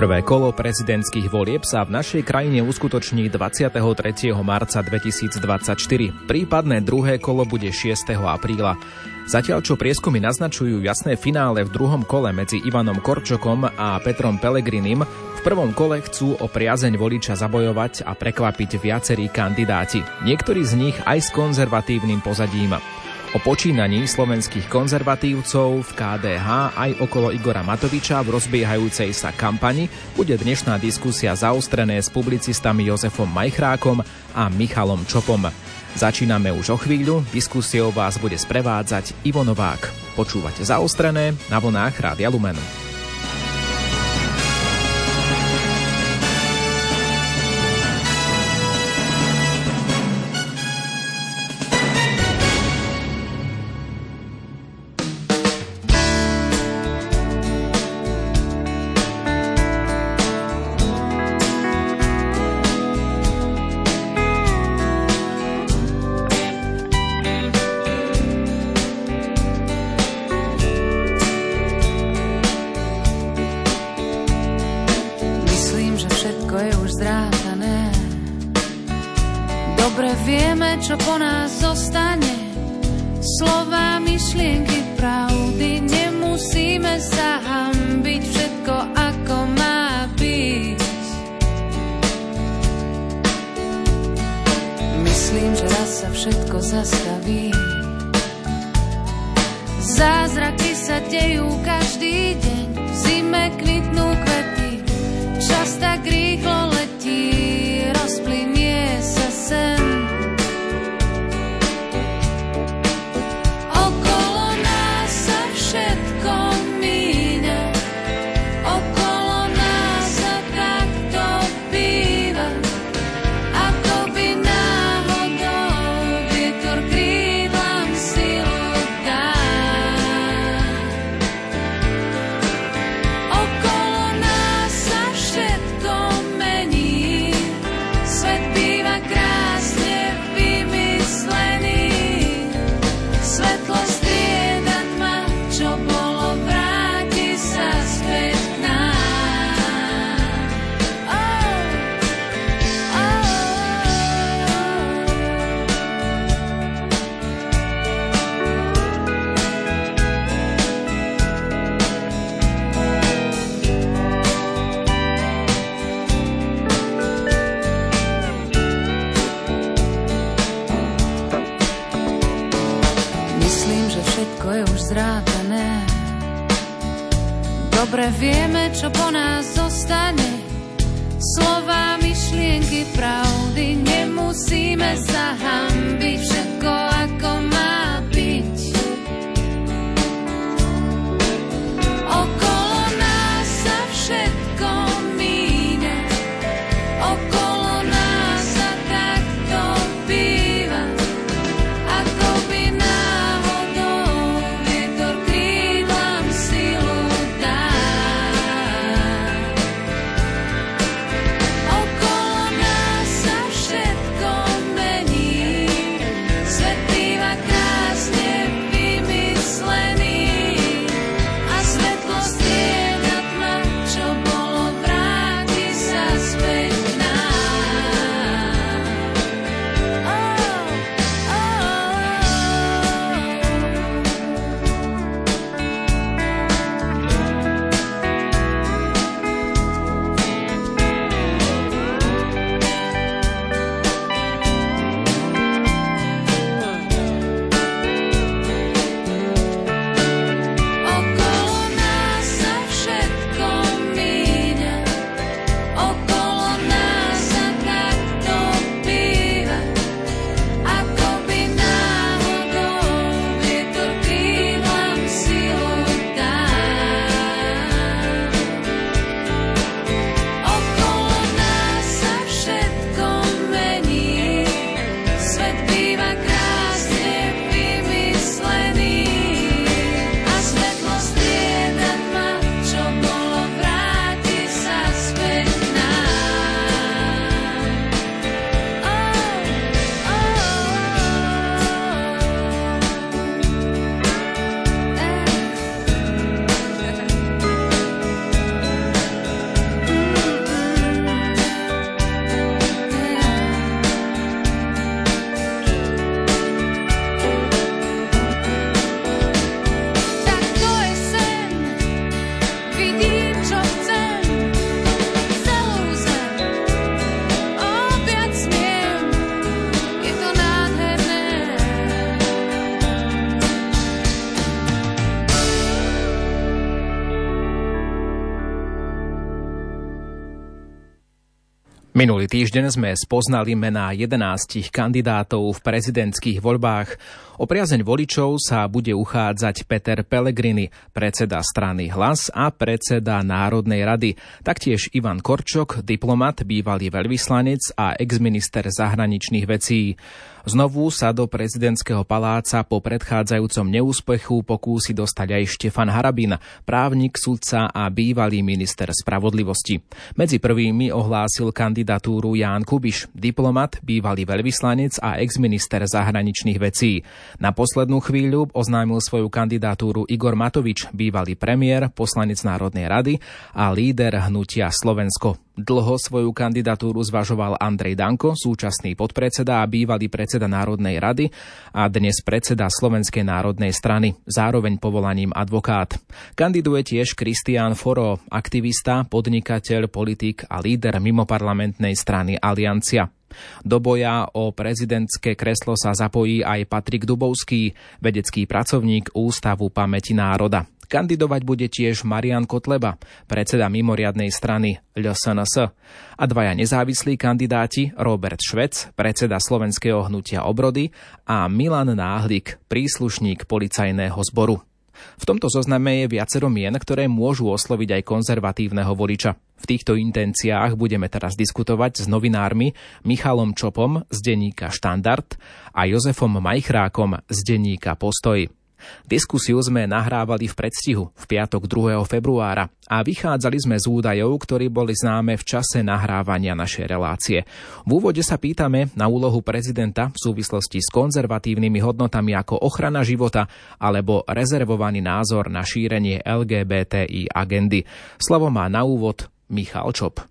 Prvé kolo prezidentských volieb sa v našej krajine uskutoční 23. marca 2024. Prípadné druhé kolo bude 6. apríla. Zatiaľ, čo prieskumy naznačujú jasné finále v druhom kole medzi Ivanom Korčokom a Petrom Pellegrinim, v prvom kole chcú o priazeň voliča zabojovať a prekvapiť viacerí kandidáti. Niektorí z nich aj s konzervatívnym pozadím. O počínaní slovenských konzervatívcov v KDH aj okolo Igora Matoviča v rozbiehajúcej sa kampani bude dnešná diskusia zaostrené s publicistami Jozefom Majchrákom a Michalom Čopom. Začíname už o chvíľu, diskusiou vás bude sprevádzať Ivo Novák. Počúvate Zaostrené na vlnách Rádia Lumen. Čo po nás zostane, slová, myšlienky, pravdy, nemusíme sa hanbiť, všetko ako má byť. Myslím, že raz sa všetko zastaví, zázraky sa dejú každý deň, v zime kvitnú kvety, čas tak rýchlo letí, rozplynie sa sen. Dobre vieme, čo po nás zostane, slová, myšlienky, pravdy, nemusíme sa hanbiť, všetko ako má byť. Okolo nás sa všetko míňa, okolo nás sa takto býva, ako by náhodou vietor krídlam silu dá. Okolo nás sa všetko mení, Minulý týždeň sme spoznali mená 11 kandidátov v prezidentských voľbách. O priazeň voličov sa bude uchádzať Peter Pellegrini, predseda strany Hlas a predseda Národnej rady. Taktiež Ivan Korčok, diplomat, bývalý veľvyslanec a exminister zahraničných vecí. Znovu sa do prezidentského paláca po predchádzajúcom neúspechu pokúsi dostať aj Štefan Harabin, právnik, sudca a bývalý minister spravodlivosti. Medzi prvými ohlásil kandidatúru Ján Kubiš, diplomat, bývalý veľvyslanec a exminister zahraničných vecí. Na poslednú chvíľu oznámil svoju kandidatúru Igor Matovič, bývalý premiér, poslanec Národnej rady a líder hnutia Slovensko. Dlho svoju kandidatúru zvažoval Andrej Danko, súčasný podpredseda a bývalý predseda Národnej rady a dnes predseda Slovenskej národnej strany, zároveň povolaním advokát. Kandiduje tiež Kristián Foro, aktivista, podnikateľ, politik a líder mimoparlamentnej strany Aliancia. Do boja o prezidentské kreslo sa zapojí aj Patrik Dubovský, vedecký pracovník Ústavu pamäti národa. Kandidovať bude tiež Marian Kotleba, predseda mimoriadnej strany LSNS. A dvaja nezávislí kandidáti, Robert Švec, predseda Slovenského hnutia Obrody a Milan Náhlik, príslušník policajného zboru. V tomto zozname je viacero mien, ktoré môžu osloviť aj konzervatívneho voliča. V týchto intenciách budeme teraz diskutovať s novinármi Michalom Čopom z denníka Štandard a Jozefom Majchrákom z denníka Postoj. Diskusiu sme nahrávali v predstihu v piatok 2. februára a vychádzali sme z údajov, ktorí boli známe v čase nahrávania našej relácie. V úvode sa pýtame na úlohu prezidenta v súvislosti s konzervatívnymi hodnotami ako ochrana života alebo rezervovaný názor na šírenie LGBTI agendy. Slovo má na úvod Michal Čop.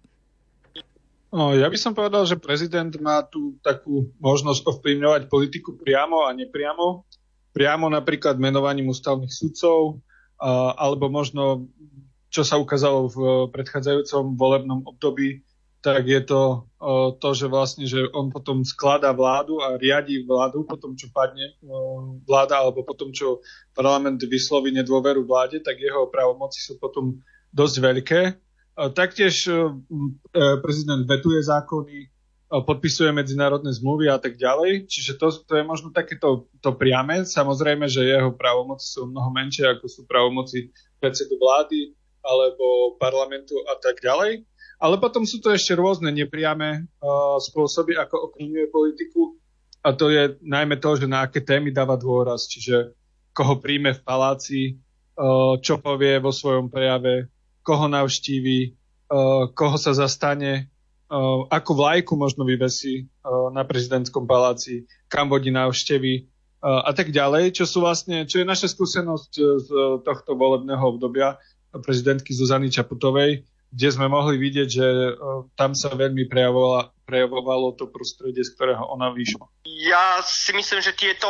Ja by som povedal, že prezident má tú takú možnosť ovplyvňovať politiku priamo a nepriamo. Priamo napríklad menovaním ústavných sudcov, alebo možno, čo sa ukázalo v predchádzajúcom volebnom období, tak je to, že vlastne, že on potom skladá vládu a riadi vládu po tom, čo padne vláda, alebo po tom, čo parlament vysloví nedôveru vláde, tak jeho právomoci sú potom dosť veľké. Taktiež prezident vetuje zákony, podpisuje medzinárodné zmluvy a tak ďalej. Čiže to je možno takéto to priame. Samozrejme, že jeho právomoci sú mnoho menšie, ako sú právomoci predsedu vlády alebo parlamentu a tak ďalej. Ale potom sú to ešte rôzne nepriame spôsoby, ako ovplyvňuje politiku. A to je najmä to, že na aké témy dáva dôraz. Čiže koho príjme v paláci, čo povie vo svojom prejave, koho navštívi, koho sa zastane, akú vlajku možno vyvesí na prezidentskom paláci, kam vodí návštevy a tak ďalej, čo je naša skúsenosť z tohto volebného obdobia prezidentky Zuzany Čaputovej, kde sme mohli vidieť, že tam sa veľmi prejavovalo to prostredie, z ktorého ona vyšla. Ja si myslím, že tieto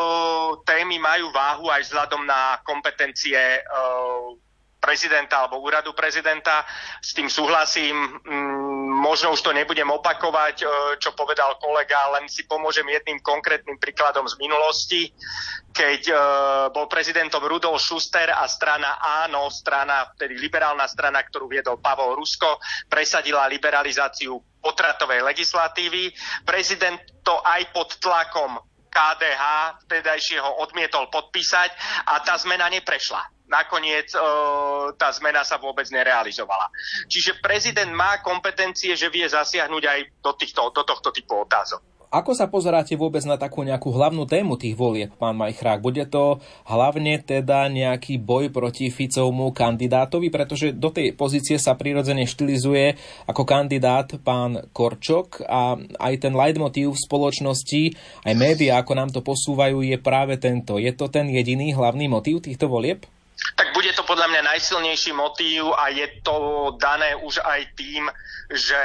témy majú váhu aj vzhľadom na kompetencie prezidenta alebo úradu prezidenta. S tým súhlasím. Možno už to nebudem opakovať, čo povedal kolega, len si pomôžem jedným konkrétnym príkladom z minulosti. Keď bol prezidentom Rudolf Schuster a strana Áno, tedy liberálna strana, ktorú viedol Pavol Rusko, presadila liberalizáciu potratovej legislatívy. Prezident to aj pod tlakom KDH vtedajšieho odmietol podpísať a tá zmena neprešla. Nakoniec tá zmena sa vôbec nerealizovala. Čiže prezident má kompetencie, že vie zasiahnuť aj do tohto typu otázok. Ako sa pozeráte vôbec na takú nejakú hlavnú tému tých volieb, pán Majchrák? Bude to hlavne teda nejaký boj proti Ficovmu kandidátovi, pretože do tej pozície sa prirodzene štilizuje ako kandidát pán Korčok a aj ten leitmotív v spoločnosti, aj médiá, ako nám to posúvajú, je práve tento. Je to ten jediný hlavný motív týchto volieb? Tak bude to podľa mňa najsilnejší motív a je to dané už aj tým, že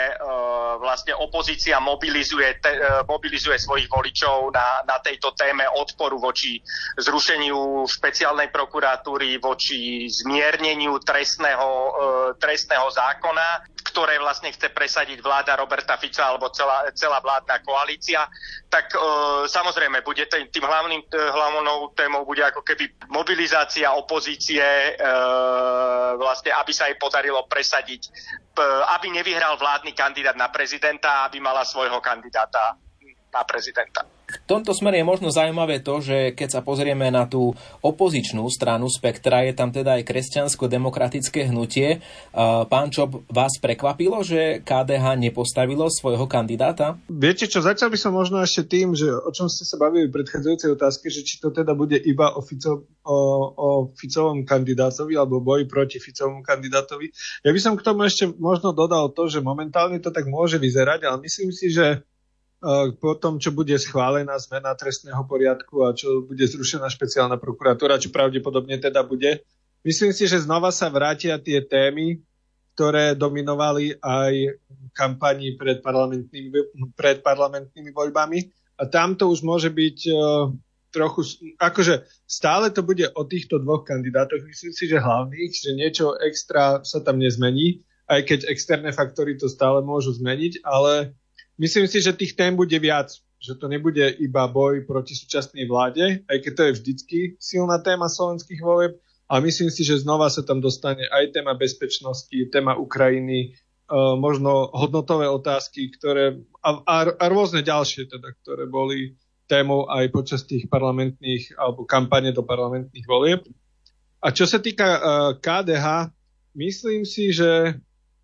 vlastne opozícia mobilizuje svojich voličov na tejto téme odporu voči zrušeniu špeciálnej prokuratúry, voči zmierneniu trestného zákona, ktoré vlastne chce presadiť vláda Roberta Fica alebo celá vládna koalícia, tak samozrejme bude tým hlavnou témou bude ako keby mobilizácia opozície, vlastne aby sa jej podarilo presadiť, aby nevyhral vládny kandidát na prezidenta, aby mala svojho kandidáta na prezidenta. V tomto smere je možno zaujímavé to, že keď sa pozrieme na tú opozičnú stranu spektra, je tam teda aj kresťansko-demokratické hnutie. Pán Čop, vás prekvapilo, že KDH nepostavilo svojho kandidáta? Viete čo, začal by som možno ešte tým, že o čom ste sa bavili v predchádzajúcej otázke, že či to teda bude iba o Ficovom kandidátovi alebo boji proti Ficovom kandidátovi. Ja by som k tomu ešte možno dodal to, že momentálne to tak môže vyzerať, ale myslím si, že po tom, čo bude schválená zmena trestného poriadku a čo bude zrušená špeciálna prokuratúra, čo pravdepodobne teda bude, myslím si, že znova sa vrátia tie témy, ktoré dominovali aj v kampani pred parlamentnými voľbami. A tam to už môže byť trochu, akože stále to bude o týchto dvoch kandidátoch. Myslím si, že hlavných, že niečo extra sa tam nezmení, aj keď externé faktory to stále môžu zmeniť, ale myslím si, že tých tém bude viac, že to nebude iba boj proti súčasnej vláde, aj keď to je vždycky silná téma slovenských volieb, ale myslím si, že znova sa tam dostane aj téma bezpečnosti, téma Ukrajiny, možno hodnotové otázky, ktoré a rôzne ďalšie, teda, ktoré boli témou aj počas tých parlamentných alebo kampane do parlamentných volieb. A čo sa týka KDH, myslím si, že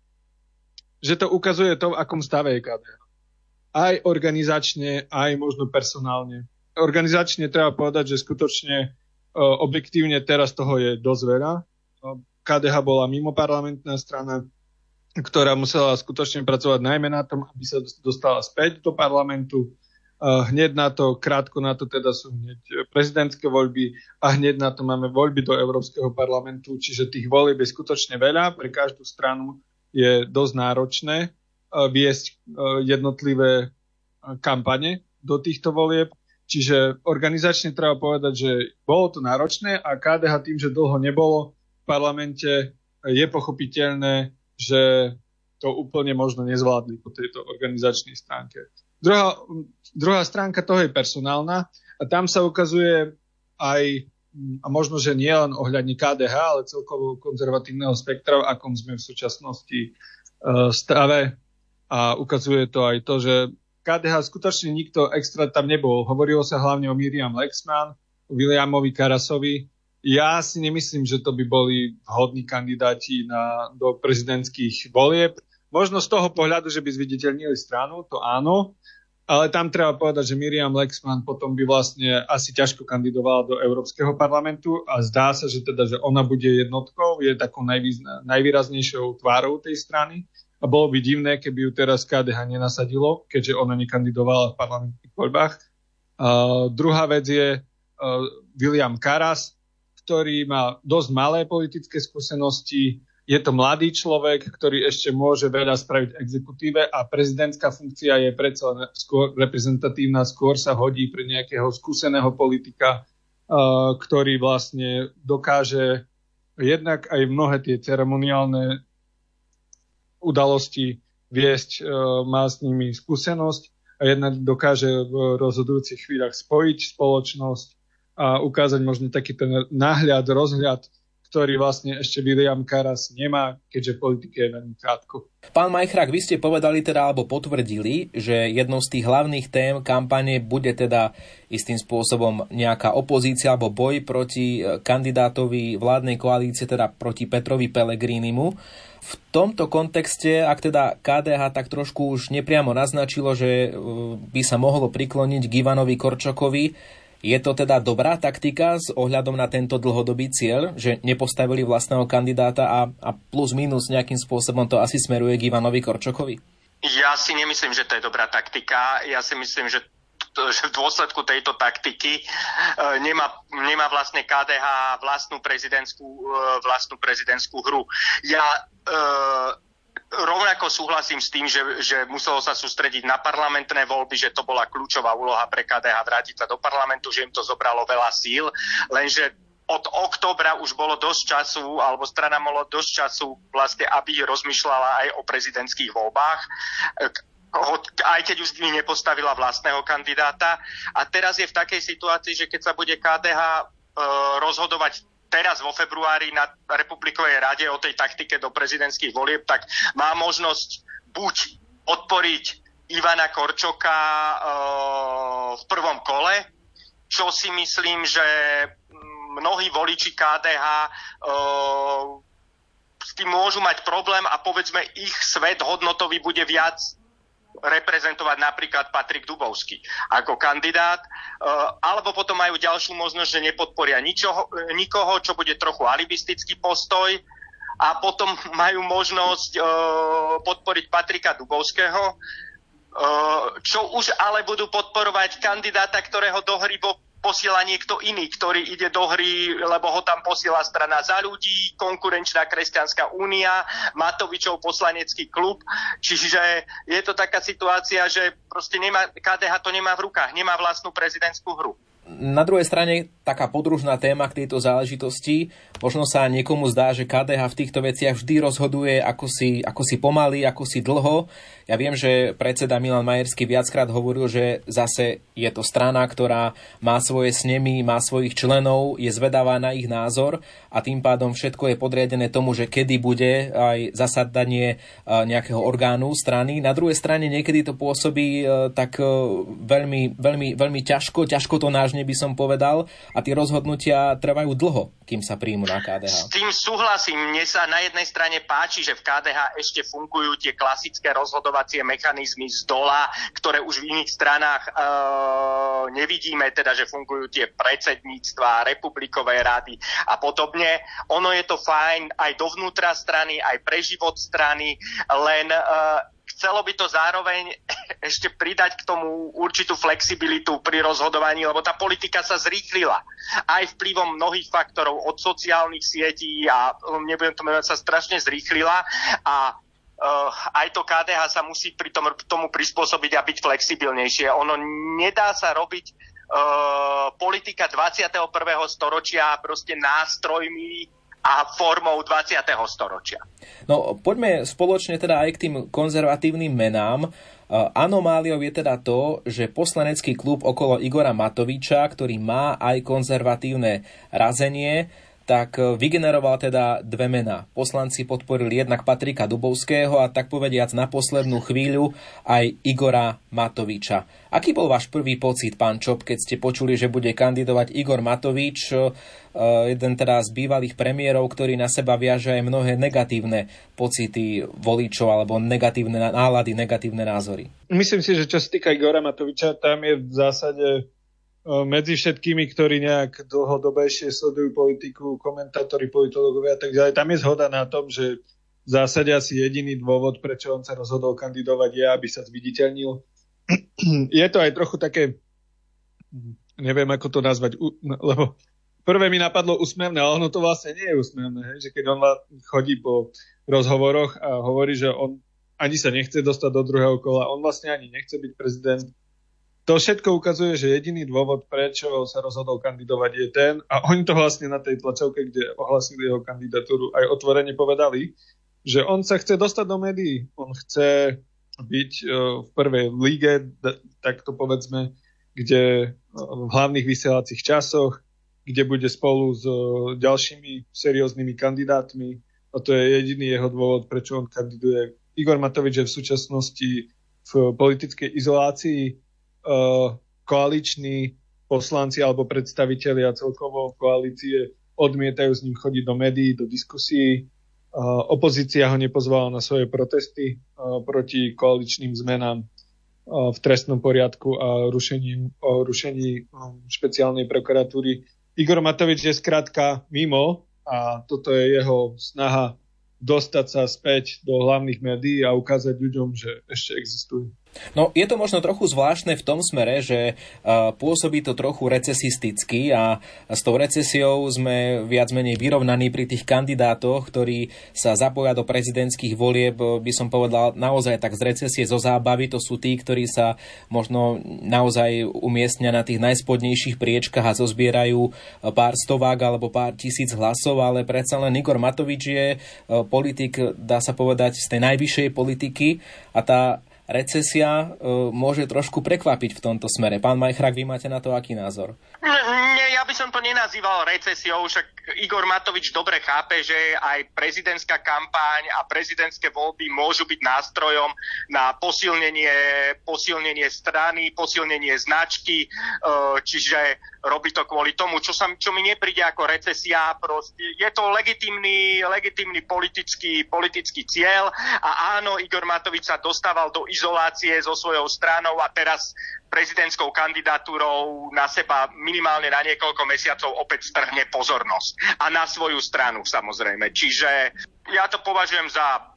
to ukazuje to, v akom stave je KDH. Aj organizačne, aj možno personálne. Organizačne treba povedať, že skutočne objektívne teraz toho je dosť veľa. KDH bola mimoparlamentná strana, ktorá musela skutočne pracovať najmä na tom, aby sa dostala späť do parlamentu. Hneď na to, krátko na to teda sú hneď prezidentské voľby a hneď na to máme voľby do Európskeho parlamentu, čiže tých volieb je skutočne veľa. Pre každú stranu je dosť náročné viesť jednotlivé kampane do týchto volieb. Čiže organizačne treba povedať, že bolo to náročné a KDH tým, že dlho nebolo v parlamente, je pochopiteľné, že to úplne možno nezvládli po tejto organizačnej stránke. Druhá stránka toho je personálna a tam sa ukazuje aj, a možno, že nie len ohľadne KDH, ale celkovo konzervatívneho spektra, akom sme v súčasnosti stave. A ukazuje to aj to, že KDH skutočne nikto extra tam nebol. Hovorilo sa hlavne o Miriam Lexman, o Williamovi Karasovi. Ja si nemyslím, že to by boli vhodní kandidáti do prezidentských volieb. Možno z toho pohľadu, že by zviditeľnili stranu, to áno, ale tam treba povedať, že Miriam Lexman potom by vlastne asi ťažko kandidovala do Európskeho parlamentu a zdá sa, že teda, že ona bude jednotkou, je takou najvýraznejšou tvárou tej strany. A bolo by divné, keby ju teraz KDH nenasadilo, keďže ona nekandidovala v parlamentných voľbách. Druhá vec je William Karas, ktorý má dosť malé politické skúsenosti. Je to mladý človek, ktorý ešte môže veľa spraviť v exekutíve a prezidentská funkcia je predsa skôr reprezentatívna, skôr sa hodí pre nejakého skúseného politika, ktorý vlastne dokáže jednak aj mnohé tie ceremoniálne udalosti viesť, má s nimi skúsenosť a jednak dokáže v rozhodujúcich chvíľach spojiť spoločnosť a ukázať možno taký ten náhľad, rozhľad, ktorý vlastne ešte William Karas nemá, keďže v politike je veľmi krátko. Pán Majchrák, vy ste povedali teda, alebo potvrdili, že jednou z tých hlavných tém kampane bude teda istým spôsobom nejaká opozícia alebo boj proti kandidátovi vládnej koalície, teda proti Petrovi Pellegrinimu. V tomto kontexte, ak teda KDH tak trošku už nepriamo naznačilo, že by sa mohlo prikloniť k Ivanovi Korčokovi, je to teda dobrá taktika s ohľadom na tento dlhodobý cieľ, že nepostavili vlastného kandidáta a plus minus nejakým spôsobom to asi smeruje k Ivanovi Korčokovi? Ja si nemyslím, že to je dobrá taktika. Ja si myslím, že v dôsledku tejto taktiky nemá vlastne KDH vlastnú prezidentskú hru. Ja rovnako súhlasím s tým, že muselo sa sústrediť na parlamentné voľby, že to bola kľúčová úloha pre KDH vrátiť sa do parlamentu, že im to zobralo veľa síl, lenže od októbra už bolo dosť času, alebo strana mala dosť času vlastne, aby rozmýšľala aj o prezidentských voľbách, aj keď už nepostavila vlastného kandidáta. A teraz je v takej situácii, že keď sa bude KDH rozhodovať teraz vo februári na Republikovej rade o tej taktike do prezidentských volieb, tak má možnosť buď podporiť Ivana Korčoka v prvom kole, čo si myslím, že mnohí voliči KDH s tým môžu mať problém a povedzme ich svet hodnotový bude viac reprezentovať napríklad Patrik Dubovský ako kandidát, alebo potom majú ďalšiu možnosť, že nepodporia nikoho, čo bude trochu alibistický postoj, a potom majú možnosť podporiť Patrika Dubovského, čo už ale budú podporovať kandidáta, ktorého do hry posiela niekto iný, ktorý ide do hry, lebo ho tam posiela strana Za ľudí, konkurenčná Kresťanská únia, Matovičov poslanecký klub. Čiže je to taká situácia, že proste KDH to nemá v rukách, nemá vlastnú prezidentskú hru. Na druhej strane taká podružná téma k tejto záležitosti. Možno sa niekomu zdá, že KDH v týchto veciach vždy rozhoduje ako si pomaly, ako si dlho. Ja viem, že predseda Milan Majerský viackrát hovoril, že zase je to strana, ktorá má svoje snemy, má svojich členov, je zvedavá na ich názor a tým pádom všetko je podriadené tomu, že kedy bude aj zasadanie nejakého orgánu strany. Na druhej strane niekedy to pôsobí tak veľmi, veľmi, veľmi ťažko to nážne by som povedal, a tie rozhodnutia trvajú dlho, kým sa príjmu na KDH. S tým súhlasím. Mne sa na jednej strane páči, že v KDH ešte fungujú tie klasické rozhodovacie mechanizmy z dola, ktoré už v iných stranách nevidíme, teda, že fungujú tie predsedníctva, republikové rady a podobne. Ono je to fajn aj dovnútra strany, aj pre život strany, len chcelo by to zároveň ešte pridať k tomu určitú flexibilitu pri rozhodovaní, lebo tá politika sa zrýchlila. Aj vplyvom mnohých faktorov od sociálnych sietí a nebudem to menovať, sa strašne zrýchlila a aj to KDH sa musí pri tomu prispôsobiť a byť flexibilnejšie. Ono nedá sa robiť politika 21. storočia proste nástrojmi a formou 20. storočia. No, poďme spoločne teda aj k tým konzervatívnym menám. Anomáliou je teda to, že poslanecký klub okolo Igora Matoviča, ktorý má aj konzervatívne razenie, tak vygeneroval teda dve mená. Poslanci podporili jednak Patrika Dubovského a tak povediac na poslednú chvíľu aj Igora Matoviča. Aký bol váš prvý pocit, pán Čop, keď ste počuli, že bude kandidovať Igor Matovič, jeden teda z bývalých premiérov, ktorý na seba viaže aj mnohé negatívne pocity voličov alebo negatívne nálady, negatívne názory? Myslím si, že čo sa týka Igora Matoviča, tam je v zásade medzi všetkými, ktorí nejak dlhodobejšie sledujú politiku, komentátori, politológovia a tak ďalej, tam je zhoda na tom, že v zásade asi jediný dôvod, prečo on sa rozhodol kandidovať, je, aby sa zviditeľnil. Je to aj trochu také, neviem ako to nazvať, lebo prvé mi napadlo úsmevné, ale ono to vlastne nie je úsmevné, hej? Že keď on chodí po rozhovoroch a hovorí, že on ani sa nechce dostať do druhého kola, on vlastne ani nechce byť prezident. To všetko ukazuje, že jediný dôvod, prečo sa rozhodol kandidovať, je ten, a oni to vlastne na tej tlačovke, kde ohlasili jeho kandidatúru, aj otvorene povedali, že on sa chce dostať do médií. On chce byť v prvej líge, tak to povedzme, kde v hlavných vysielacích časoch, kde bude spolu s ďalšími serióznymi kandidátmi. A to je jediný jeho dôvod, prečo on kandiduje. Igor Matovič je v súčasnosti v politickej izolácii. Koaliční poslanci alebo predstavitelia celkovo koalície odmietajú s ním chodiť do médií, do diskusí. Opozícia ho nepozvala na svoje protesty proti koaličným zmenám v trestnom poriadku a rušení špeciálnej prokuratúry. Igor Matovič je skrátka mimo a toto je jeho snaha dostať sa späť do hlavných médií a ukázať ľuďom, že ešte existujú. No, je to možno trochu zvláštne v tom smere, že pôsobí to trochu recesisticky a s tou recesiou sme viac menej vyrovnaní pri tých kandidátoch, ktorí sa zapoja do prezidentských volieb, by som povedal, naozaj tak z recesie, zo zábavy. To sú tí, ktorí sa možno naozaj umiestnia na tých najspodnejších priečkách a zozbierajú pár stovák alebo pár tisíc hlasov, ale predsa len Igor Matovič je politik, dá sa povedať, z tej najvyššej politiky a tá recesia môže trošku prekvapiť v tomto smere. Pán Majchrák, vy máte na to aký názor? Nie, ja by som to nenazýval recesiou, však Igor Matovič dobre chápe, že aj prezidentská kampaň a prezidentské voľby môžu byť nástrojom na posilnenie strany, posilnenie značky, čiže robí to kvôli tomu, čo mi nepríde ako recesia. Proste je to legitímny politický cieľ a áno, Igor Matovič sa dostával do izolácie so svojou stranou a teraz prezidentskou kandidatúrou na seba minimálne na niekoľko mesiacov opäť strhne pozornosť. A na svoju stranu, samozrejme. Čiže ja to považujem za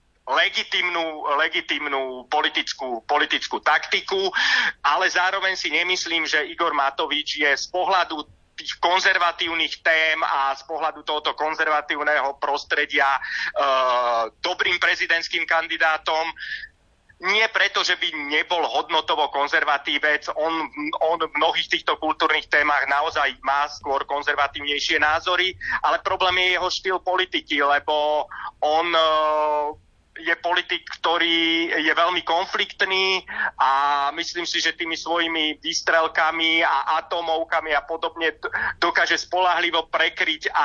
legitímnu politickú taktiku, ale zároveň si nemyslím, že Igor Matovič je z pohľadu tých konzervatívnych tém a z pohľadu tohoto konzervatívneho prostredia dobrým prezidentským kandidátom. Nie preto, že by nebol hodnotovo konzervatívec, on v mnohých týchto kultúrnych témach naozaj má skôr konzervatívnejšie názory, ale problém je jeho štýl politiky, lebo on je politik, ktorý je veľmi konfliktný a myslím si, že tými svojimi výstrelkami a atomovkami a podobne dokáže spoľahlivo prekryť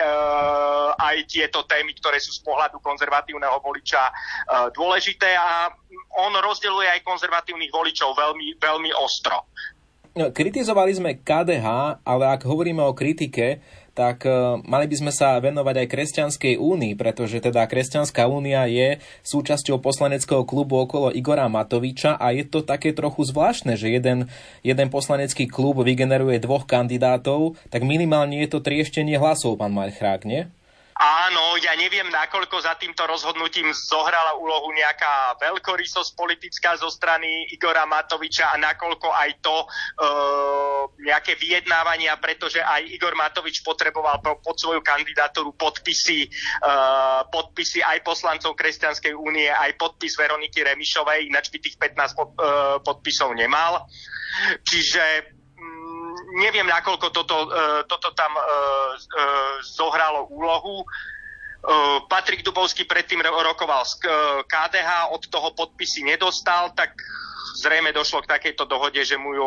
aj tieto témy, ktoré sú z pohľadu konzervatívneho voliča dôležité a on rozdeľuje aj konzervatívnych voličov veľmi, veľmi ostro. Kritizovali sme KDH, ale ak hovoríme o kritike, tak mali by sme sa venovať aj Kresťanskej únii, pretože teda Kresťanská únia je súčasťou poslaneckého klubu okolo Igora Matoviča a je to také trochu zvláštne, že jeden poslanecký klub vygeneruje dvoch kandidátov, tak minimálne je to trieštenie hlasov, pán Majchrák, nie? Áno, ja neviem, nakoľko za týmto rozhodnutím zohrala úlohu nejaká veľkorysosť politická zo strany Igora Matoviča a nakoľko aj to nejaké vyjednávania, pretože aj Igor Matovič potreboval pod svoju kandidatúru podpisy aj poslancov Kresťanskej únie, aj podpis Veroniky Remišovej, ináč by tých 15 podpisov nemal. Čiže neviem, nakoľko toto tam zohralo úlohu. Patrik Dubovský predtým rokoval z KDH, od toho podpisy nedostal, tak zrejme došlo k takejto dohode, že mu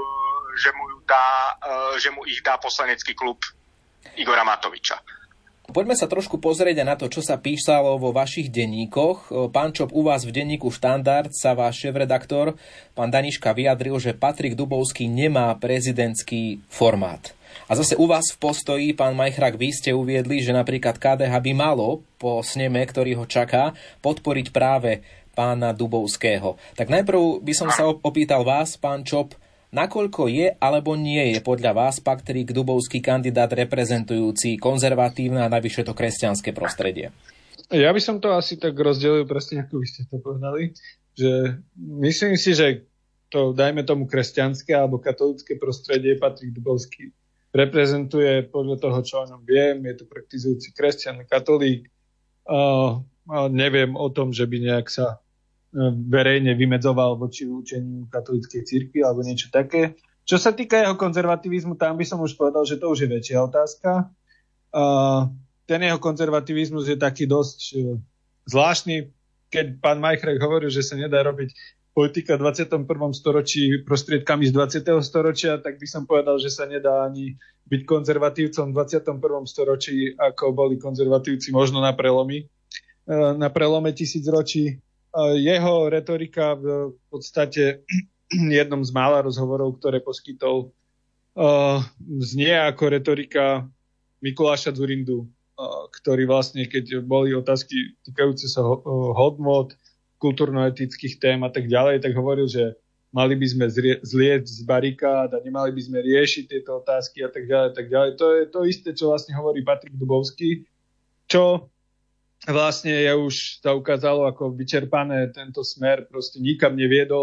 ich dá poslanecký klub Igora Matoviča. Poďme sa trošku pozrieť na to, čo sa písalo vo vašich denníkoch. Pán Čop, u vás v denníku Štandard sa váš šéfredaktor, pán Daniška, vyjadril, že Patrik Dubovský nemá prezidentský formát. A zase u vás v Postoji, pán Majchrák, vy ste uviedli, že napríklad KDH by malo po sneme, ktorý ho čaká, podporiť práve pána Dubovského. Tak najprv by som sa opýtal vás, pán Čop, nakoľko je alebo nie je podľa vás Patrik Dubovský kandidát reprezentujúci konzervatívne a navyše to kresťanské prostredie? Ja by som to asi tak rozdelil presne, ako vy ste to povedali, že myslím si, že to, dajme tomu kresťanské alebo katolícke prostredie Patrik Dubovský reprezentuje podľa toho, čo o ňom viem. Je to praktizujúci kresťan, katolík. Neviem o tom, že by nejak sa verejne vymedzoval voči učeniu katolíckej cirkvi alebo niečo také. Čo sa týka jeho konzervativizmu, tam by som už povedal, že to už je väčšia otázka. Ten jeho konzervativizmus je taký dosť zvláštny. Keď pán Majchrák hovoril, že sa nedá robiť politika v 21. storočí prostriedkami z 20. storočia, tak by som povedal, že sa nedá ani byť konzervatívcom v 21. storočí, ako boli konzervatívci možno na prelome tisícročí. Jeho retorika v podstate jednom z mála rozhovorov, ktoré poskytol, znie ako retorika Mikuláša Dzurindu, ktorý vlastne, keď boli otázky týkajúce sa hodnot, kultúrno-etických tém a tak ďalej, tak hovoril, že mali by sme zlieť z barikád a nemali by sme riešiť tieto otázky a tak ďalej, tak ďalej. To je to isté, čo vlastne hovorí Patrik Dubovský, čo vlastne je už sa ukázalo ako vyčerpané, tento smer proste nikam neviedol.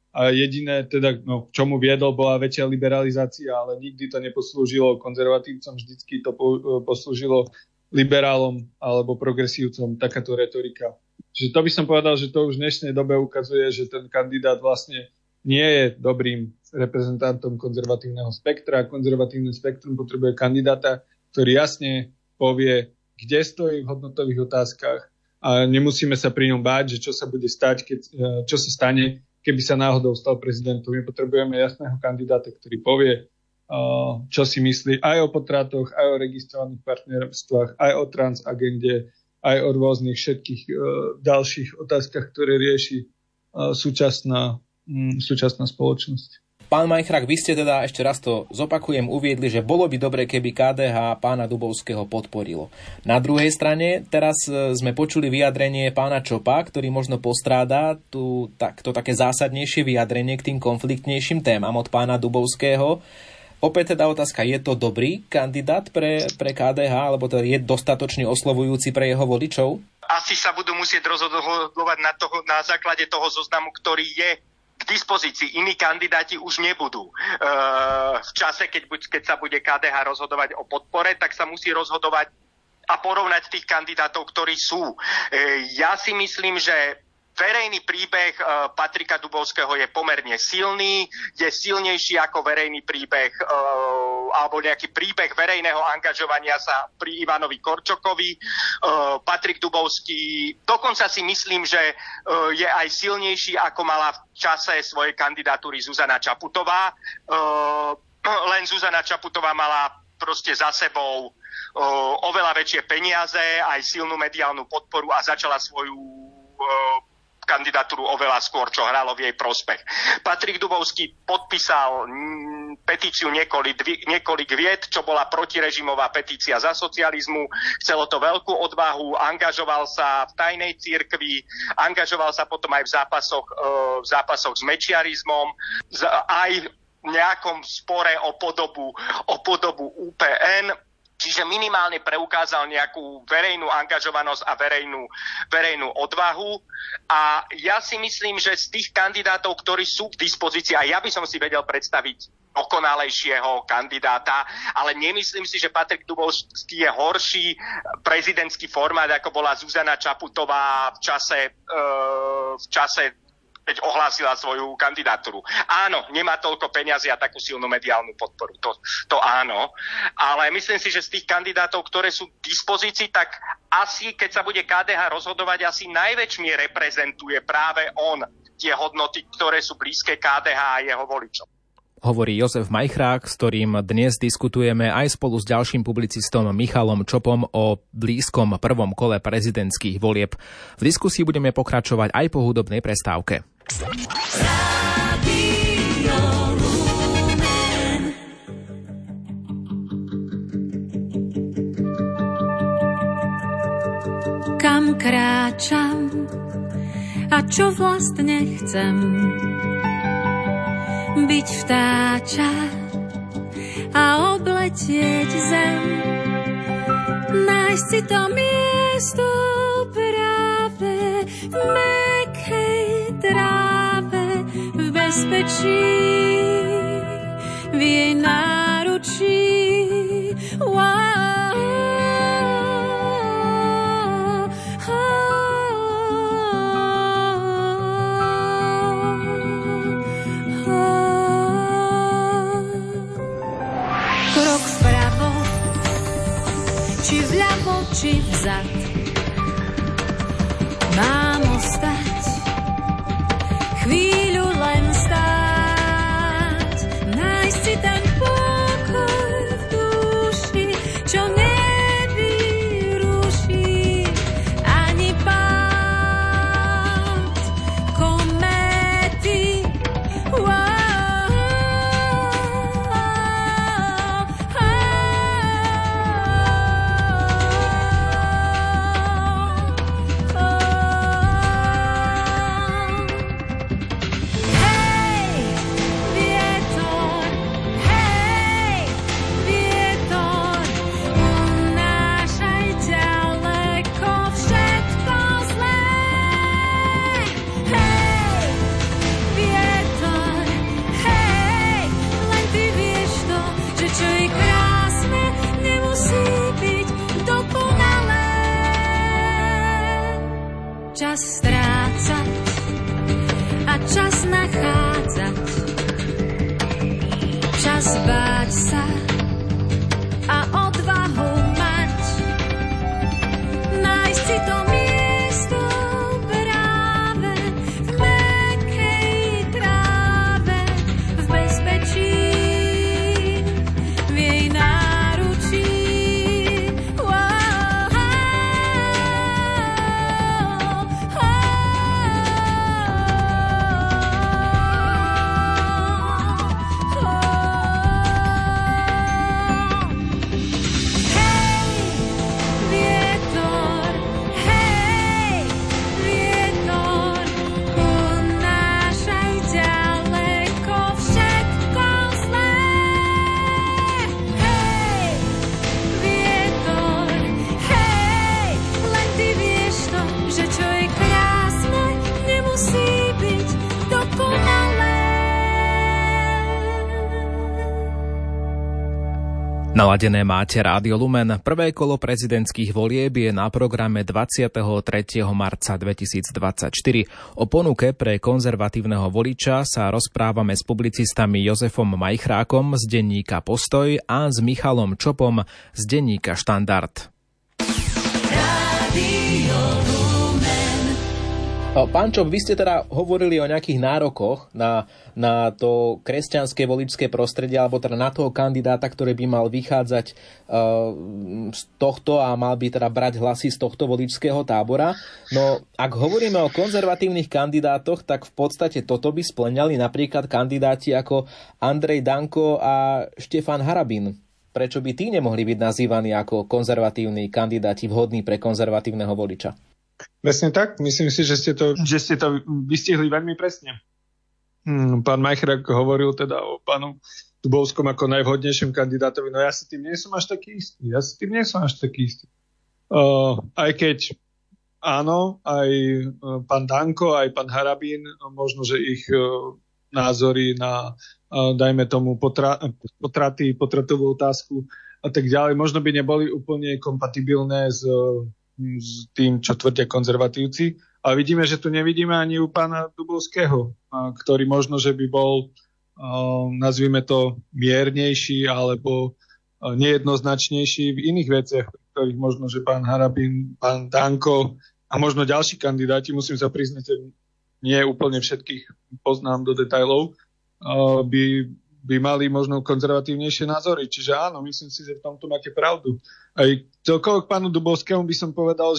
A jediné, teda, k čomu viedol, bola väčšia liberalizácia, ale nikdy to neposlúžilo konzervatívcom, vždycky to poslúžilo liberálom alebo progresívcom, takáto retorika. Čiže to by som povedal, že to už v dnešnej dobe ukazuje, že ten kandidát vlastne nie je dobrým reprezentantom konzervatívneho spektra. Konzervatívne spektrum potrebuje kandidáta, ktorý jasne povie, kde stojí v hodnotových otázkach a nemusíme sa pri ňom báť, že čo sa bude stať, čo sa stane, keby sa náhodou stal prezidentom. My potrebujeme jasného kandidáta, ktorý povie, čo si myslí aj o potratoch, aj o registrovaných partnerstvách, aj o transagende, aj o rôznych všetkých ďalších otázkach, ktoré rieši súčasná spoločnosť. Pán Majchrák, vy ste teda, ešte raz to zopakujem, uviedli, že bolo by dobre, keby KDH pána Dubovského podporilo. Na druhej strane, teraz sme počuli vyjadrenie pána Čopa, ktorý možno postráda to také zásadnejšie vyjadrenie k tým konfliktnejším témam od pána Dubovského. Opäť teda otázka, je to dobrý kandidát pre KDH, alebo to je dostatočne oslovujúci pre jeho voličov? Asi sa budú musieť rozhodovať na základe toho zoznamu, ktorý je k dispozícii. Iní kandidáti už nebudú. V čase, keď sa bude KDH rozhodovať o podpore, tak sa musí rozhodovať a porovnať tých kandidátov, ktorí sú. Ja si myslím, že verejný príbeh Patrika Dubovského je pomerne silný, je silnejší ako verejný príbeh alebo nejaký príbeh verejného angažovania sa pri Ivanovi Korčokovi. Patrik Dubovský, dokonca si myslím, že je aj silnejší, ako mala v čase svojej kandidatúry Zuzana Čaputová. Len Zuzana Čaputová mala proste za sebou oveľa väčšie peniaze, aj silnú mediálnu podporu a začala svoju kandidatúru oveľa skôr, čo hralo v jej prospech. Patrik Dubovský podpísal petíciu niekoľk vied, čo bola protirežimová petícia za socializmu. Chcelo to veľkú odvahu, angažoval sa v tajnej cirkvi, angažoval sa potom aj v zápasoch s mečiarizmom, aj v nejakom spore o podobu UPN. Čiže minimálne preukázal nejakú verejnú angažovanosť a verejnú odvahu. A ja si myslím, že z tých kandidátov, ktorí sú k dispozícii, a ja by som si vedel predstaviť dokonalejšieho kandidáta, ale nemyslím si, že Patrik Dubovský je horší prezidentský formát, ako bola Zuzana Čaputová v čase keď ohlásila svoju kandidatúru. Áno, nemá toľko peňazí a takú silnú mediálnu podporu. To áno. Ale myslím si, že z tých kandidátov, ktoré sú k dispozícii, tak asi, keď sa bude KDH rozhodovať, asi najväčšmi reprezentuje práve on tie hodnoty, ktoré sú blízke KDH a jeho voličom. Hovorí Jozef Majchrák, s ktorým dnes diskutujeme aj spolu s ďalším publicistom Michalom Čopom o blízkom prvom kole prezidentských volieb. V diskusii budeme pokračovať aj po hudobnej prestávke. Kam kráčam a čo vlastne chcem? Byť vtáča a obletieť zem, nájsť si to miesto práve v mäkkej tráve, v bezpečí, v jej náručí. Či vľavo, či vzad, mám ostať, chvíľu len stáť, nájsť si ten pokoj v duši, čo nevyruší ani pád kométy. čas strácať a čas nachádzať, čas báť sa a odvahu mať, nájsť si to miesto práve v mäkkej tráve, v bezpečí, v jej náručí. Naladené máte Rádio Lumen. Prvé kolo prezidentských volieb je na programe 23. marca 2024. O ponuke pre konzervatívneho voliča sa rozprávame s publicistami Jozefom Majchrákom z denníka Postoj a s Michalom Čopom z denníka Štandard. Pán Čop, vy ste teda hovorili o nejakých nárokoch na to kresťanské voličské prostredie, alebo teda na toho kandidáta, ktorý by mal vychádzať z tohto a mal by teda brať hlasy z tohto voličského tábora. No, ak hovoríme o konzervatívnych kandidátoch, tak v podstate toto by spĺňali napríklad kandidáti ako Andrej Danko a Štefan Harabin. Prečo by tí nemohli byť nazývaní ako konzervatívni kandidáti vhodní pre konzervatívneho voliča? Presne tak. Myslím si, že ste to vystihli veľmi presne. Pán Majchrák hovoril teda o pánu Dubovskom ako najvhodnejším kandidátovi. No ja si tým nie som až taký istý. Aj keď áno, aj pán Danko, aj pán Harabín, možno, že ich názory na, dajme tomu, potratovú otázku a tak ďalej, možno by neboli úplne kompatibilné s tým, čo tvrdia konzervatívci. Ale vidíme, že tu nevidíme ani u pána Dubovského, ktorý možno, že by bol, nazvime to, miernejší alebo nejednoznačnejší v iných veciach, ktorých možno, že pán Harabín, pán Danko a možno ďalší kandidáti, musím sa priznať, že nie úplne všetkých poznám do detailov, by mali možno konzervatívnejšie názory. Čiže áno, myslím si, že v tomto máte pravdu. Aj celkovo k pánu Dubovskému by som povedal,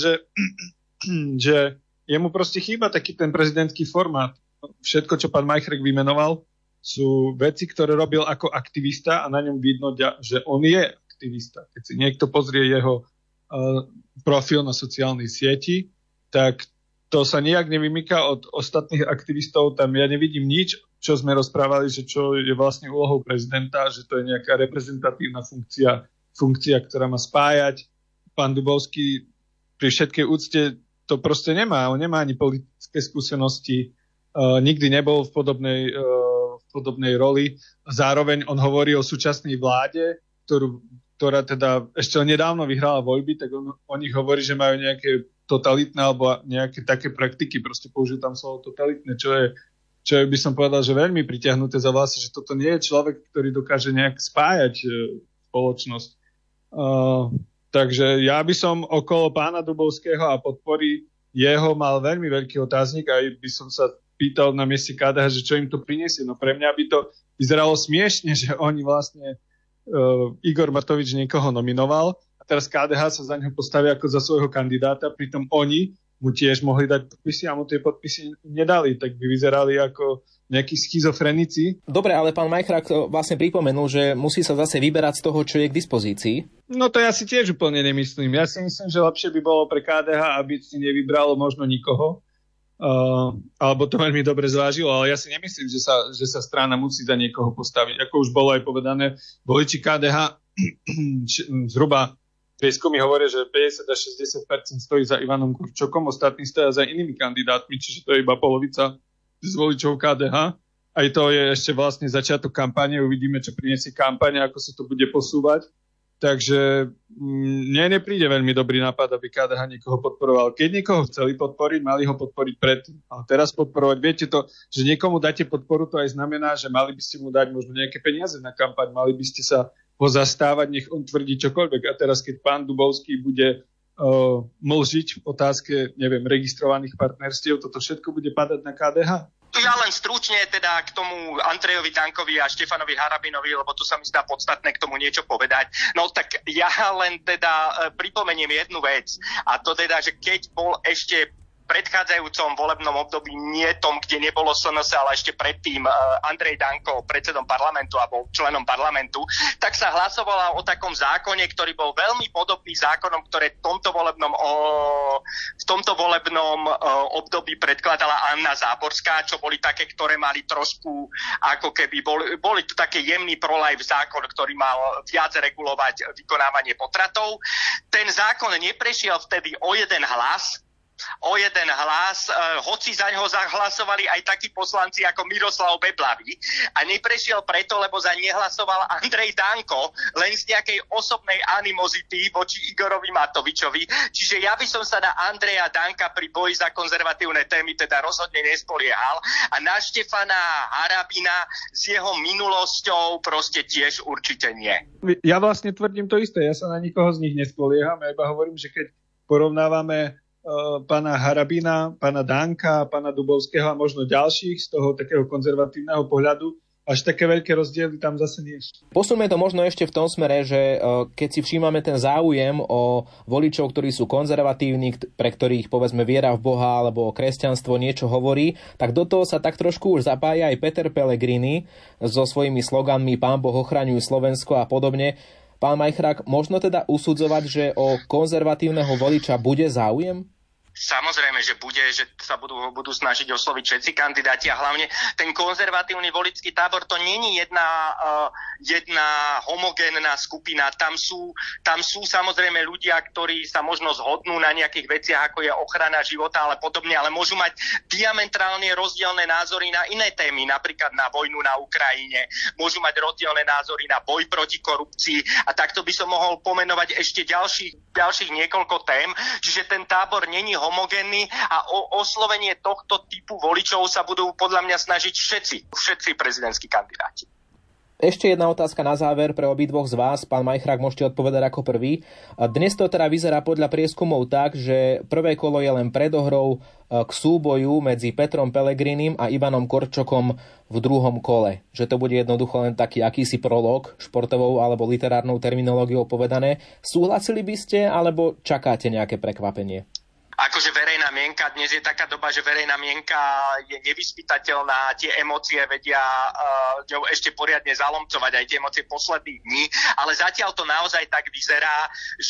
že jemu proste chýba taký ten prezidentský formát. Všetko, čo pán Majchrák vymenoval, sú veci, ktoré robil ako aktivista a na ňom vidno, že on je aktivista. Keď si niekto pozrie jeho profil na sociálnej sieti, tak to sa nijak nevymýka od ostatných aktivistov. Tam ja nevidím nič, čo sme rozprávali, že čo je vlastne úlohou prezidenta, že to je nejaká reprezentatívna funkcia, ktorá má spájať. Pán Dubovský pri všetkej úcte to proste nemá. On nemá ani politické skúsenosti, nikdy nebol v podobnej roli. Zároveň on hovorí o súčasnej vláde, ktorá teda ešte nedávno vyhrala voľby, tak on o nich hovorí, že majú nejaké totalitné alebo nejaké také praktiky, proste použijú tam slovo totalitné, čo je, by som povedal, že veľmi pritiahnuté za vlasy, že toto nie je človek, ktorý dokáže nejak spájať spoločnosť. Takže ja by som okolo pána Dubovského a podpory jeho mal veľmi veľký otáznik, aj by som sa pýtal na mieste KDH, že čo im to priniesie. No pre mňa by to vyzeralo smiešne, že oni vlastne Igor Matovič niekoho nominoval a teraz KDH sa za neho postavia ako za svojho kandidáta, pritom oni mu tiež mohli dať podpisy a mu tie podpisy nedali, tak by vyzerali ako nejakí schizofrenici. Dobre, ale pán Majchrák vlastne pripomenul, že musí sa zase vyberať z toho, čo je k dispozícii. No to ja si tiež úplne nemyslím. Ja si myslím, že lepšie by bolo pre KDH, aby si nevybralo možno nikoho, alebo to veľmi dobre zvážilo, ale ja si nemyslím, že sa strana musí za niekoho postaviť. Ako už bolo aj povedané, voliči KDH zhruba prieskumy hovoria, že 50 až 60% stojí za Ivanom Kurčokom, ostatní stoja za inými kandidátmi, čiže to je iba polovica z voličov KDH. Aj to je ešte vlastne začiatok kampane, uvidíme, čo priniesie kampane, ako sa to bude posúvať. Takže mne nepríde veľmi dobrý nápad, aby KDH niekoho podporoval. Keď niekoho chceli podporiť, mali ho podporiť predtým. A teraz podporovať, viete to, že niekomu dáte podporu, to aj znamená, že mali by ste mu dať možno nejaké peniaze na kampaň, mali by ste sa ho zastávať, nech on tvrdí čokoľvek. A teraz, keď pán Dubovský bude mlžiť v otázke, neviem, registrovaných partnerstiev, toto všetko bude padať na KDH? Ja len stručne teda k tomu Andrejovi Dankovi a Štefanovi Harabinovi, lebo tu sa mi zdá podstatné k tomu niečo povedať. No tak ja len teda pripomeniem jednu vec. A to teda, že keď bol ešte predchádzajúcom volebnom období, nie tom, kde nebolo SNS, ale ešte predtým Andrej Danko predsedom parlamentu alebo členom parlamentu, tak sa hlasovalo o takom zákone, ktorý bol veľmi podobný zákonom, ktoré v tomto volebnom období predkladala Anna Záborská, čo boli také, ktoré mali trošku, ako keby boli tu také jemný pro-life zákon, ktorý mal viac regulovať vykonávanie potratov. Ten zákon neprešiel vtedy o jeden hlas, hoci za ňoho zahlasovali aj takí poslanci ako Miroslav Beblavý a neprešiel preto, lebo za nehlasoval Andrej Danko len z nejakej osobnej animozity voči Igorovi Matovičovi. Čiže ja by som sa na Andreja Danka pri boji za konzervatívne témy teda rozhodne nespoliehal a na Štefana Harabina s jeho minulosťou proste tiež určite nie. Ja vlastne tvrdím to isté, ja sa na nikoho z nich nespolieham, ja iba hovorím, že keď porovnávame pána Harabina, pána Danka, pána Dubovského a možno ďalších z toho takého konzervatívneho pohľadu, až také veľké rozdiely tam zase nie sú. Posuňme to možno ešte v tom smere, že keď si všímame ten záujem o voličov, ktorí sú konzervatívni, pre ktorých povedzme viera v Boha alebo kresťanstvo niečo hovorí, tak do toho sa tak trošku už zapája aj Peter Pellegrini so svojimi sloganmi Pán Boh ochraňuj Slovensko a podobne. Pán Majchrák, možno teda usudzovať, že o konzervatívneho voliča bude záujem? Samozrejme, že bude, že sa budú snažiť osloviť všetci kandidáti a hlavne ten konzervatívny voličský tábor, to není jedna homogénna skupina. Tam sú samozrejme ľudia, ktorí sa možno zhodnú na nejakých veciach, ako je ochrana života, ale podobne, ale môžu mať diametrálne rozdielne názory na iné témy, napríklad na vojnu na Ukrajine, môžu mať rozdielne názory na boj proti korupcii a takto by som mohol pomenovať ešte ďalších niekoľko tém, čiže ten tábor není homogénny a o oslovenie tohto typu voličov sa budú podľa mňa snažiť všetci prezidentskí kandidáti. Ešte jedna otázka na záver pre obidvoch z vás. Pán Majchrák, môžete odpovedať ako prvý. Dnes to teda vyzerá podľa prieskumov tak, že prvé kolo je len predohrou k súboju medzi Petrom Pellegrinim a Ivanom Korčokom v druhom kole. Že to bude jednoducho len taký akýsi prolog, športovou alebo literárnou terminológiou povedané. Súhlasili by ste alebo čakáte nejaké prekvapenie? Akože verejná mienka, dnes je taká doba, že verejná mienka je nevyspytateľná, tie emócie vedia ešte poriadne zalomcovať, aj tie emócie posledných dní, ale zatiaľ to naozaj tak vyzerá,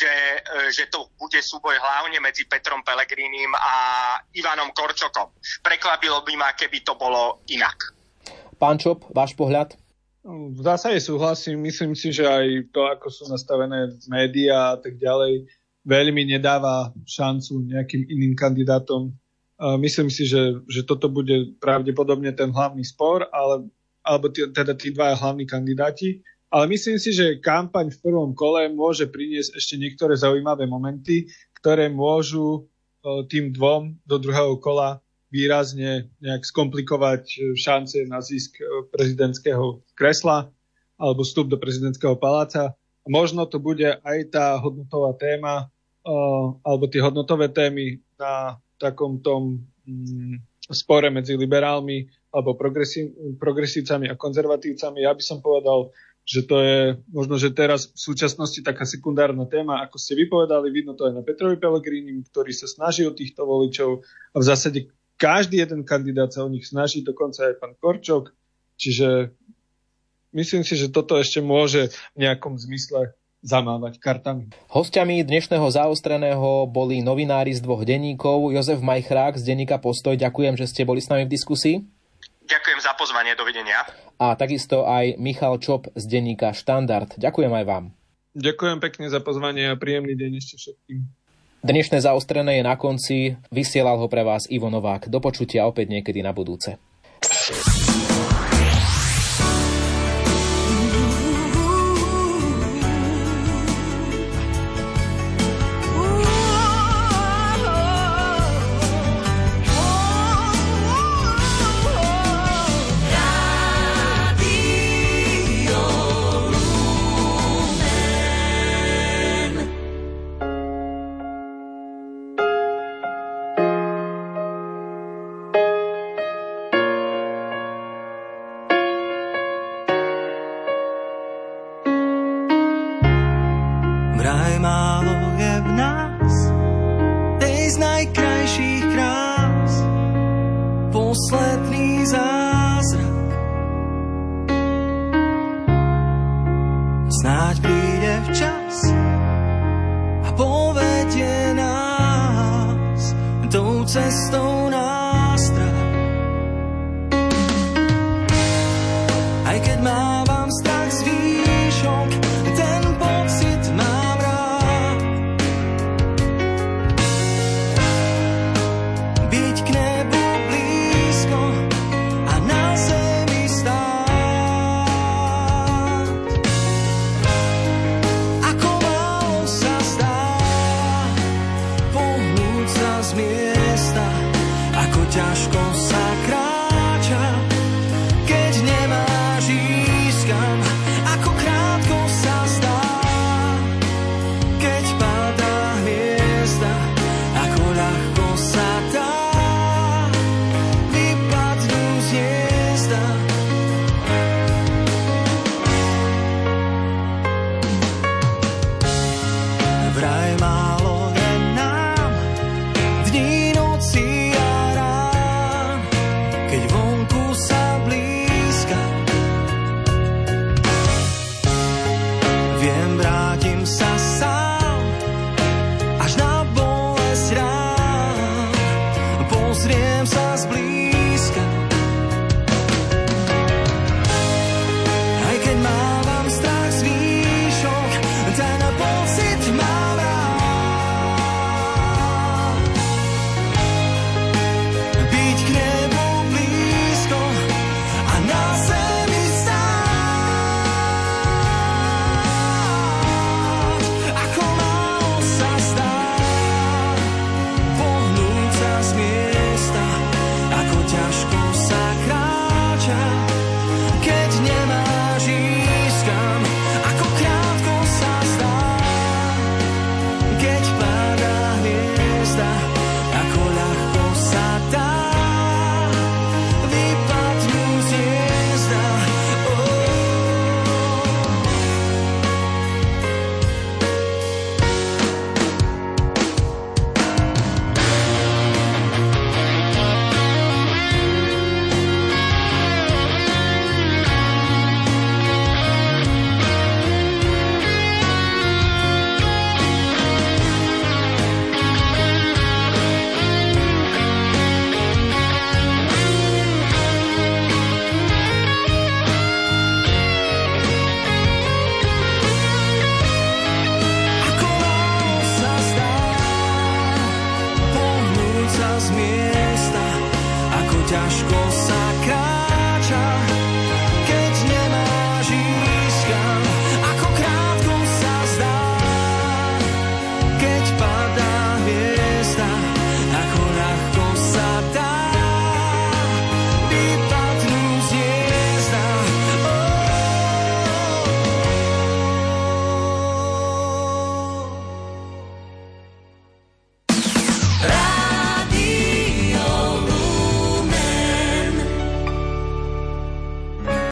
že to bude súboj hlavne medzi Petrom Pellegrinim a Ivanom Korčokom. Prekvapilo by ma, keby to bolo inak. Pán Čop, váš pohľad? V zásade súhlasím, myslím si, že aj to, ako sú nastavené médiá a tak ďalej, veľmi nedáva šancu nejakým iným kandidátom. Myslím si, že toto bude pravdepodobne ten hlavný spor, alebo teda tí dvaja hlavní kandidáti. Ale myslím si, že kampaň v prvom kole môže priniesť ešte niektoré zaujímavé momenty, ktoré môžu tým dvom do druhého kola výrazne nejak skomplikovať šance na zisk prezidentského kresla alebo vstup do prezidentského paláca. Možno to bude aj tá hodnotová téma alebo tie hodnotové témy na takom tom spore medzi liberálmi alebo progresívcami a konzervatívcami. Ja by som povedal, že to je možno, že teraz v súčasnosti taká sekundárna téma, ako ste vypovedali, vidno to aj na Petrovi Pellegrinim, ktorý sa snaží o týchto voličov a v zásade každý jeden kandidát sa o nich snaží, dokonca aj pán Korčok. Čiže myslím si, že toto ešte môže v nejakom zmysle zamávať kartami. Hostiami dnešného zaostreného boli novinári z dvoch denníkov, Jozef Majchrák z denníka Postoj. Ďakujem, že ste boli s nami v diskusii. Ďakujem za pozvanie, dovidenia. A takisto aj Michal Čop z denníka Štandard. Ďakujem aj vám. Ďakujem pekne za pozvanie a príjemný deň ešte všetkým. Dnešné zaostrené je na konci. Vysielal ho pre vás Ivo Novák. Do počutia opäť niekedy na budúce. zázrak. Snáď príde včas a povedie nás tou cestou nástrah. Aj keď mávam strach z výšok, ten pocit mám rád. Byť k nebu blízko a na zemi stáť. Ako málo sa zdá pohnúť sa z miesta, ako ťažko sa kráča, keď nemáš ísť kam. Ako krátko sa zdá, keď padá hviezda, ako ľahko sa dá vypadnúť z hniezda. Vraj málo je nám dní, noci a rán, keď